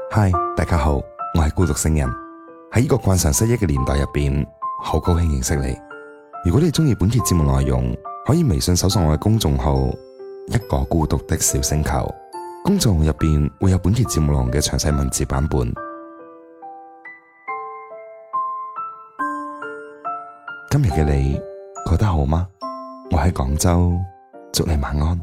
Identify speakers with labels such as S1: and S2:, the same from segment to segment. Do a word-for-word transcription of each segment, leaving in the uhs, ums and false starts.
S1: 嗨，大家好，我係孤獨星人。喺呢個慣常失憶嘅年代入邊，好高興認識你。如果你中意本期節目內容，可以微信搜索我嘅公眾號一個孤獨的小星球，公眾號入邊會有本期節目內容嘅詳細文字版本。今日嘅你覺得好嗎？我喺廣州，祝你晚安。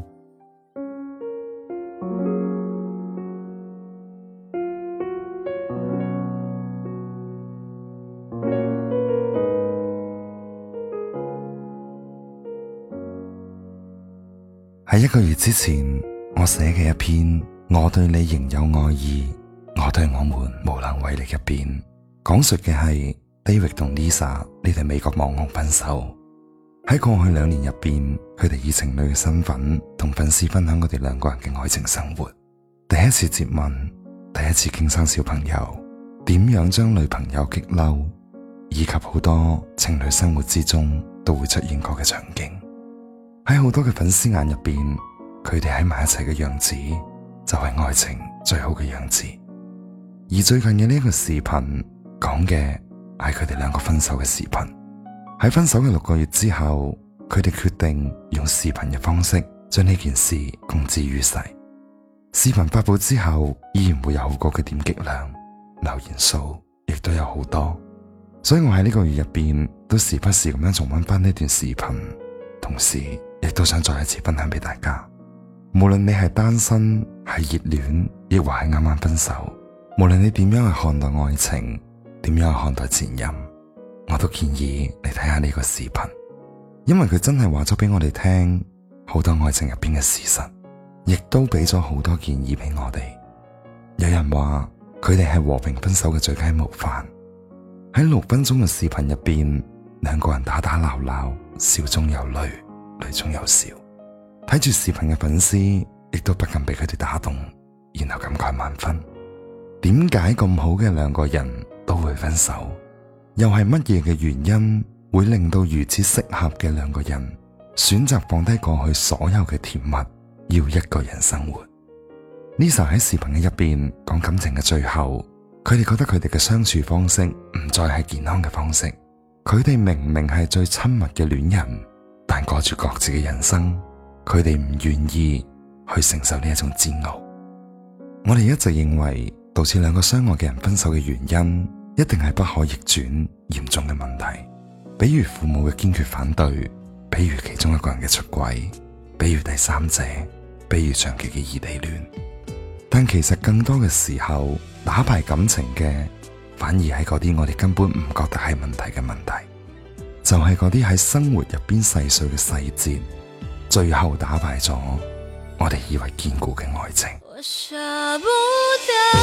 S1: 喺一個月之前，我寫嘅一篇我對你仍有愛意，我對我們無能為力入邊，講述嘅係 David 同 Lisa 呢對美國網紅分手。喺過去兩年入邊，佢哋以情侶嘅身份同粉絲分享佢哋兩個人嘅愛情生活，第一次接吻，第一次傾生小朋友，點樣將女朋友激嬲，以及好多情侶生活之中都會出現過嘅場景。喺好多嘅粉絲眼入邊，佢哋喺埋一齊嘅樣子就係愛情最好嘅樣子。而最近嘅呢個視頻講嘅係佢哋兩個分手嘅視頻。喺分手嘅六個月之後，佢哋決定用視頻嘅方式將呢件事公之於世。視頻發佈之後，依然會有好高嘅點擊量，留言數亦都有好多。所以我喺呢個月入邊都時不時咁樣重溫翻呢段視頻，同時亦都想再一次分享俾大家。無論你係單身，係熱戀，亦或係啱啱分手，無論你點樣去看待愛情，點樣去看待前任，我都建議你睇下呢個視頻，因為佢真係話咗俾我哋聽好多愛情入邊嘅事實，亦都俾咗好多建議俾我哋。有人話佢哋係和平分手嘅最佳模範。喺六分鐘嘅視頻入邊，兩個人打打鬧鬧，笑中有淚，淚中有笑。睇住視頻嘅粉絲亦都不禁被佢哋打動，然後感慨萬分。點解咁好嘅兩個人都會分手？又係乜嘢嘅原因會令到如此適合嘅兩個人選擇放低過去所有嘅甜蜜，要一個人生活？ Lisa 喺視頻嘅入邊講感情嘅最後，佢哋覺得佢哋嘅相處方式唔再係健康嘅方式。佢哋明明係最親密嘅戀人，但過住各自嘅人生，佢哋唔願意去承受呢一種煎熬。我哋一直認為導致兩個相愛嘅人分手嘅原因一定係不可逆轉嚴重嘅問題，比如父母嘅堅決反對，比如其中一個人嘅出軌，比如第三者，比如長期嘅異地戀。但其實更多嘅時候，打敗感情嘅反而係嗰啲我哋根本唔覺得係問題嘅問題，就係嗰啲喺生活入邊細碎嘅細節，最後打敗咗我哋以為堅固嘅愛情。
S2: 我捨不得，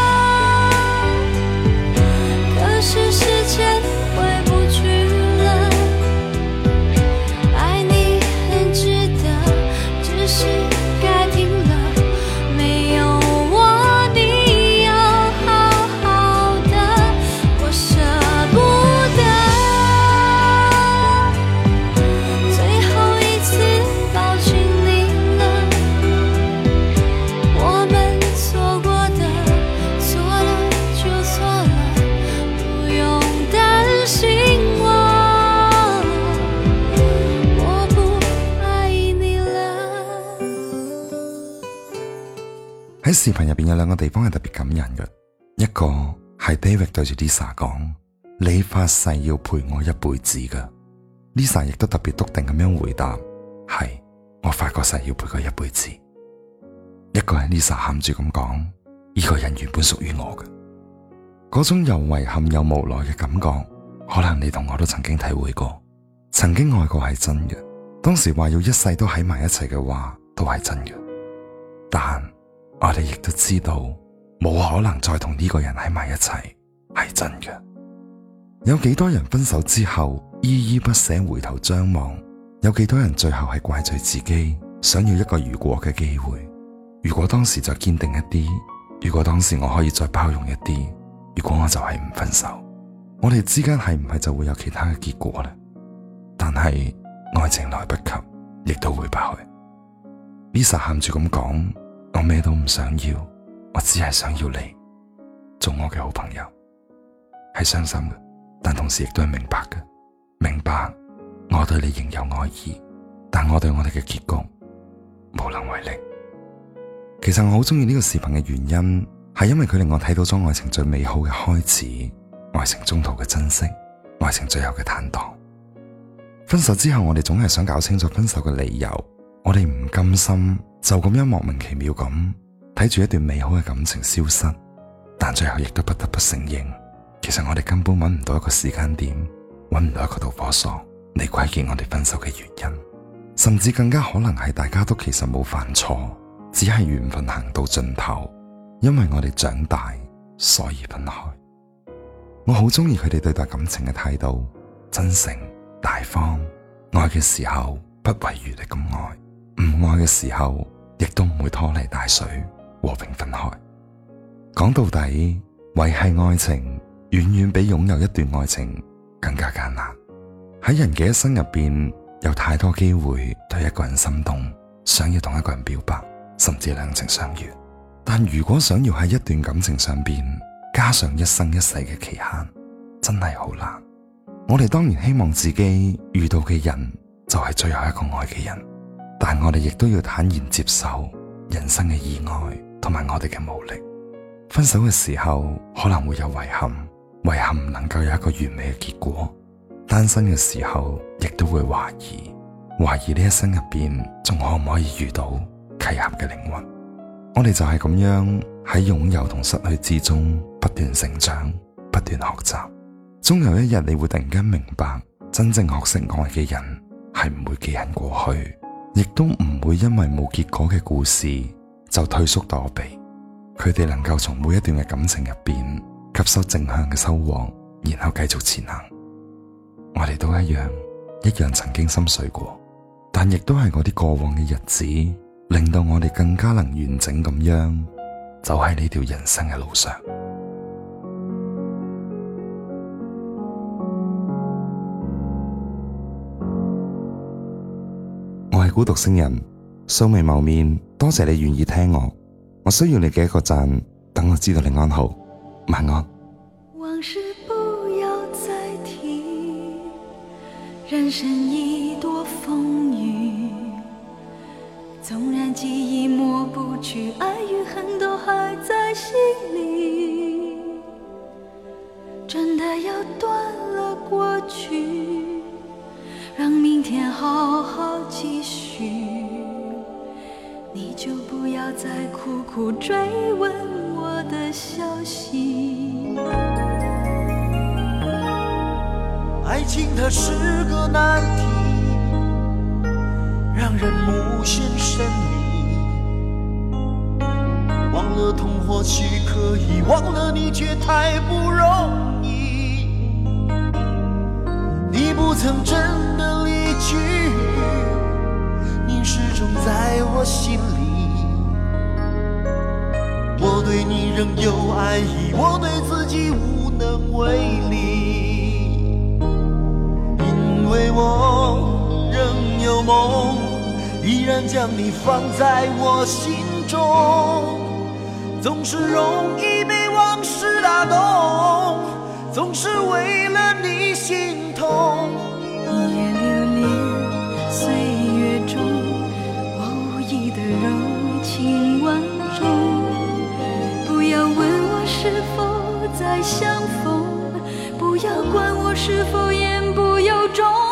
S2: 可是時間回不去了，愛你很值得，只是該停了。沒有我你要好好的，我捨不得，最後一次抱緊你了，我們錯過的錯了就錯了，不用擔心我，我不愛你了。
S1: 喺視頻入邊有兩個地方係特別感人嘅，一個係 David 對住 Lisa 講，你發誓要陪我一輩子㗎。Lisa 亦都特別篤定咁樣回答，係，我發個誓要陪佢一輩子。一個係 Lisa 喊住咁講，呢個人原本屬於我嘅。嗰種又遺憾又無奈嘅感覺，可能你同我都曾經體會過。曾經愛過係真嘅，當時話要一世都喺埋一齊嘅話都係真嘅，但我哋亦都知道冇可能再同呢個人喺埋一齊係真嘅。有幾多人分手之後依依不捨回頭張望，有幾多人最後係怪罪自己，想要一個如果嘅機會。如果當時再堅定一啲，如果當時我可以再包容一啲，如果我就係唔分手，我哋之間係唔係就會有其他嘅結果呢？但係愛情來不及，亦都會敗去。Lisa 喊住咁講，我咩都唔想要，我只係想要你。 做我嘅好朋友，係傷心嘅，但同時亦都係明白嘅。明白我對你仍有愛意，但我對我哋嘅結局無能為力。其實我好中意呢個視頻嘅原因，係因為佢令我睇到咗愛情最美好嘅開始，愛情中途嘅珍惜，愛情最後嘅坦蕩。分手之後，我哋總係想搞清楚分手嘅理由，我哋唔甘心就咁樣莫名其妙咁睇住一段美好嘅感情消失，但最後亦都不得不承認，其實我哋根本揾唔到一個時間點，揾唔到一個導火索嚟歸結我哋分手嘅原因，甚至更加可能係大家都其實冇犯錯，只係緣分行到盡頭，因為我哋長大，所以分開。我好中意佢哋對待感情嘅態度，真誠大方，愛嘅時候不遺餘力咁愛，唔愛嘅時候亦都唔會拖泥帶水，和平分開。講到底，維繫愛情遠遠比擁有一段愛情更加艱難。喺人嘅一生入邊，有太多機會對一個人心動，想要同一個人表白，甚至兩情相悅。但如果想要喺一段感情上邊加上一生一世嘅期限，真係好難。我哋當然希望自己遇到嘅人就係最後一個愛嘅人，但我哋亦都要坦然接受人生嘅意外同埋我哋嘅無力。分手嘅時候可能會有遺憾，遺憾唔能夠有一個完美嘅結果。單身嘅時候亦都會懷疑，懷疑呢一生入邊仲可唔可以遇到契合嘅靈魂。我哋就係咁樣喺擁有同失去之中不斷成長，不斷學習。終有一日你會突然間明白，真正學識愛嘅人係唔會記恨過去，亦都唔會因為冇結果嘅故事就退縮躲避。佢哋能夠從每一段嘅感情入邊吸收正向嘅收穫，然後繼續前行。我哋都一樣，一樣曾經心碎過，但亦都係嗰啲過往嘅日子，令到我哋更加能完整咁樣走喺呢條人生嘅路上。我係孤獨星人，素未謀面，多謝你願意聽我。我需要你嘅一個讚，等我知道你安好。晚安。
S2: 往事不要再提，人生已多風雨，縱然記憶抹不去，愛與恨都還在心裡，真的要斷了過去，讓明天好好繼續，你就不要再苦苦追問我的消息。
S3: 愛情它是個難題，讓人無限神秘，忘了痛或許可以，忘了你卻太不容易。你不曾真的離去，你始終在我心裡，我對你仍有愛意，我對自己無能為力，因為我仍有夢，依然將你放在我心中，總是容易被往事打動，總是為了你心痛。
S2: 一夜流連歲月中，我無意的柔情萬種，不要問我是否再相逢，不要管我是否言不由衷。